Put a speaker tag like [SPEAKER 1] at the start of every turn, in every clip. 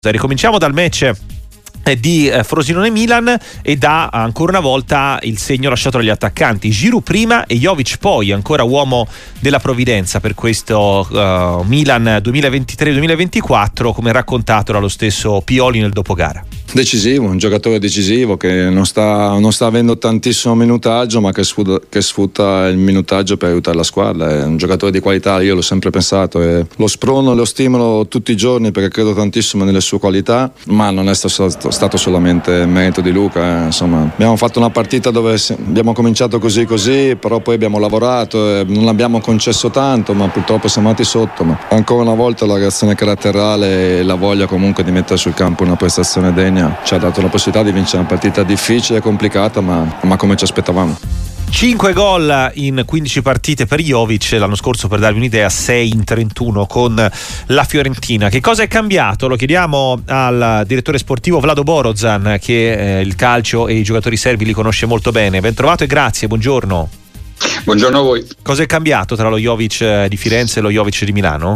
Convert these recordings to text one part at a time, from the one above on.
[SPEAKER 1] Ricominciamo dal match di Frosinone-Milan e dà ancora una volta il segno lasciato dagli attaccanti. Giroud prima e Jovic poi, ancora uomo della provvidenza per questo Milan 2023-2024, come raccontato dallo stesso Pioli nel dopogara.
[SPEAKER 2] Decisivo, un giocatore decisivo che non sta avendo tantissimo minutaggio, ma che sfrutta il minutaggio per aiutare la squadra. È un giocatore di qualità, io l'ho sempre pensato, e lo sprono e lo stimolo tutti i giorni perché credo tantissimo nelle sue qualità, ma non è stato solamente merito di Luca. Insomma, abbiamo fatto una partita dove abbiamo cominciato così, però poi abbiamo lavorato e non abbiamo concesso tanto, ma purtroppo siamo andati sotto. Ma ancora una volta la reazione caratteriale e la voglia comunque di mettere sul campo una prestazione degna ci ha dato la possibilità di vincere una partita difficile e complicata, ma come ci aspettavamo.
[SPEAKER 1] 5 gol in 15 partite per Jovic, l'anno scorso, per darvi un'idea, 6 in 31 con la Fiorentina. Che cosa è cambiato? Lo chiediamo al direttore sportivo Vlado Borozan, che il calcio e i giocatori serbi li conosce molto bene. Ben trovato e grazie, buongiorno.
[SPEAKER 3] Buongiorno a voi.
[SPEAKER 1] Cosa è cambiato tra lo Jovic di Firenze e lo Jovic di Milano?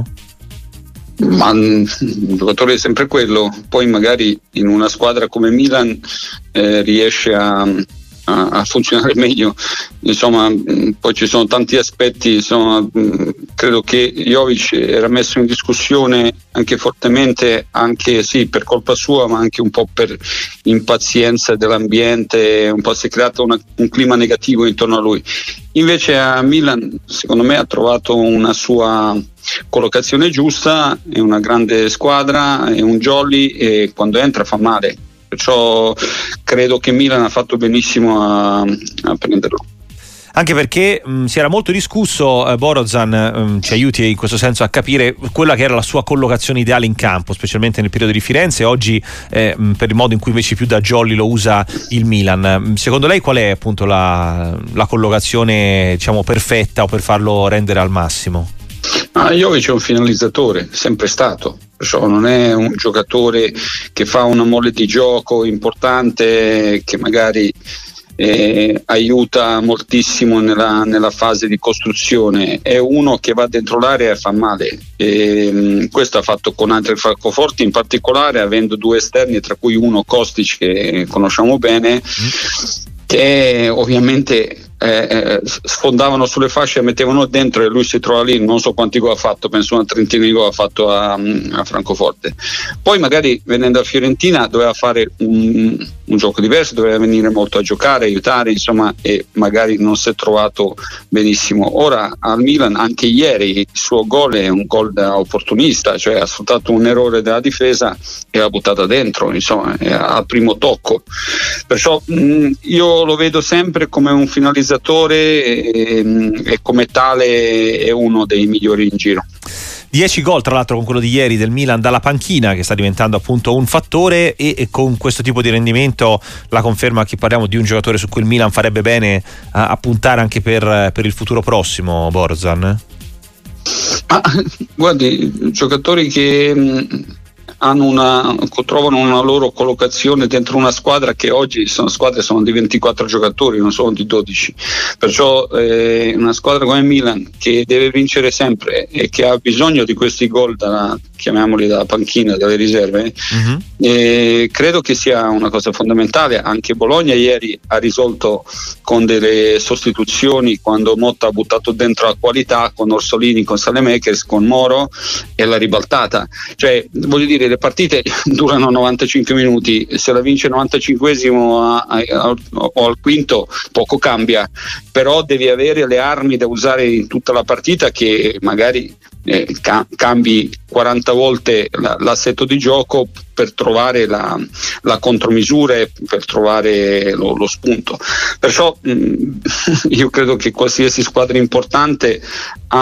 [SPEAKER 3] Ma un giocatore è sempre quello, poi magari in una squadra come Milan riesce a funzionare meglio, insomma. Poi ci sono tanti aspetti, insomma. Credo che Jovic era messo in discussione anche fortemente, anche sì per colpa sua, ma anche un po' per impazienza dell'ambiente, un po' si è creato un clima negativo intorno a lui. Invece a Milan, secondo me, ha trovato una sua collocazione giusta, è una grande squadra, è un jolly e quando entra fa male, perciò credo che Milan ha fatto benissimo a prenderlo.
[SPEAKER 1] Anche perché si era molto discusso, Borozan ci aiuti in questo senso a capire quella che era la sua collocazione ideale in campo, specialmente nel periodo di Firenze. Oggi per il modo in cui invece più da jolly lo usa il Milan, secondo lei qual è appunto la collocazione, diciamo, perfetta o per farlo rendere al massimo?
[SPEAKER 3] Jovic è un finalizzatore, sempre stato, perciò non è un giocatore che fa una mole di gioco importante, che magari aiuta moltissimo nella fase di costruzione. È uno che va dentro l'area e fa male, questo ha fatto con altri Francoforte, in particolare avendo due esterni, tra cui uno Kostic, che conosciamo bene, che ovviamente sfondavano sulle fasce e mettevano dentro, e lui si trova lì. Non so quanti gol ha fatto, penso una trentina di gol ha fatto a Francoforte. Poi magari venendo a Fiorentina doveva fare un gioco diverso, doveva venire molto a giocare, aiutare, insomma, e magari non si è trovato benissimo. Ora al Milan, anche ieri il suo gol è un gol da opportunista, cioè ha sfruttato un errore della difesa e l'ha buttata dentro, insomma, al primo tocco. Perciò io lo vedo sempre come un finalizzatore e come tale è uno dei migliori in giro.
[SPEAKER 1] 10 gol tra l'altro con quello di ieri del Milan dalla panchina, che sta diventando appunto un fattore, e con questo tipo di rendimento la conferma che parliamo di un giocatore su cui il Milan farebbe bene a puntare anche per il futuro prossimo, Borozan.
[SPEAKER 3] Guardi, giocatori che trovano una loro collocazione dentro una squadra, che oggi sono di 24 giocatori, non sono di 12, perciò una squadra come Milan, che deve vincere sempre e che ha bisogno di questi gol chiamiamoli dalla panchina, dalle riserve, credo che sia una cosa fondamentale. Anche Bologna ieri ha risolto con delle sostituzioni, quando Motta ha buttato dentro la qualità, con Orsolini, con Saelemaekers, con Moro, e l'ha ribaltata. Cioè, voglio dire, le partite durano 95 minuti, se la vince 95esimo o al quinto poco cambia, però devi avere le armi da usare in tutta la partita, che magari cambi 40 volte l'assetto di gioco per trovare la contromisura e per trovare lo spunto. Perciò io credo che qualsiasi squadra importante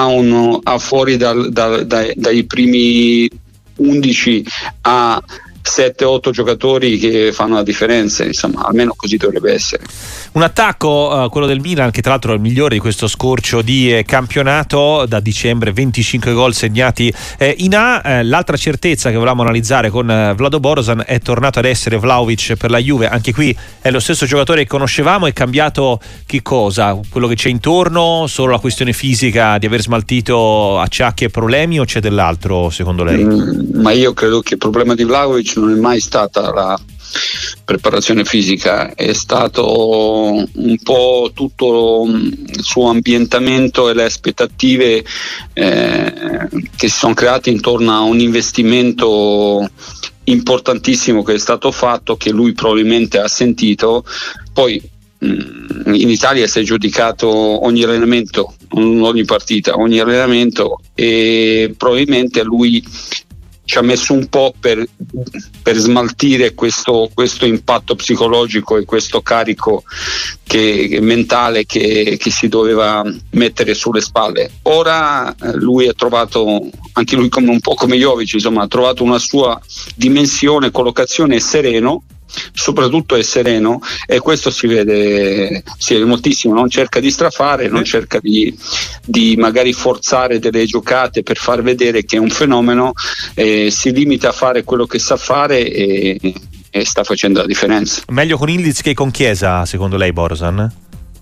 [SPEAKER 3] ha fuori dai primi 11 a 7-8 giocatori che fanno la differenza, insomma, almeno così dovrebbe essere.
[SPEAKER 1] Un attacco, quello del Milan, che tra l'altro è il migliore di questo scorcio di campionato da dicembre, 25 gol segnati in A. L'altra certezza che volevamo analizzare con Vlado Borozan: è tornato ad essere Vlahovic per la Juve. Anche qui è lo stesso giocatore che conoscevamo. È cambiato che cosa? Quello che c'è intorno? Solo la questione fisica di aver smaltito acciacchi e problemi, o c'è dell'altro secondo lei?
[SPEAKER 3] Ma io credo che il problema di Vlahovic non è mai stata la preparazione fisica, è stato un po' tutto il suo ambientamento e le aspettative che si sono create intorno a un investimento importantissimo che è stato fatto, che lui probabilmente ha sentito. Poi in Italia si è giudicato ogni allenamento, ogni partita, ogni allenamento, e probabilmente lui ci ha messo un po' per smaltire questo impatto psicologico e questo carico mentale che si doveva mettere sulle spalle. Ora lui ha trovato, anche lui come un po' come Jovic, insomma, ha trovato una sua dimensione, collocazione, sereno, soprattutto è sereno, e questo si vede moltissimo. Non cerca di strafare, non cerca di magari forzare delle giocate per far vedere che è un fenomeno, si limita a fare quello che sa fare e sta facendo la differenza.
[SPEAKER 1] Meglio con Ildiz che con Chiesa, secondo lei, Borozan?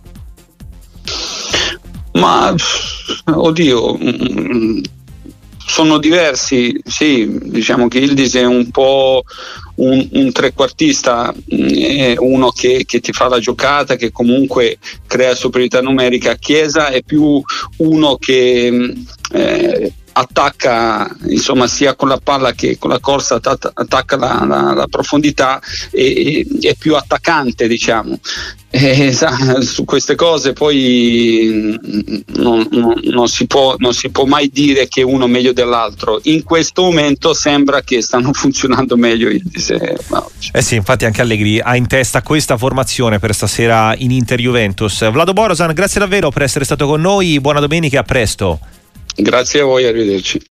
[SPEAKER 3] Ma oddio, sono diversi, sì. Diciamo che Ildiz è un po' un trequartista, è uno che ti fa la giocata, che comunque crea superiorità numerica. Chiesa è più uno che attacca, insomma, sia con la palla che con la corsa, attacca la profondità, e è più attaccante, diciamo. Su queste cose poi non si può mai dire che uno è meglio dell'altro. In questo momento sembra che stanno funzionando meglio
[SPEAKER 1] sì, infatti anche Allegri ha in testa questa formazione per stasera in Inter-Juventus. Vlado Borozan, grazie davvero per essere stato con noi, buona domenica, a presto.
[SPEAKER 3] Grazie a voi, arrivederci.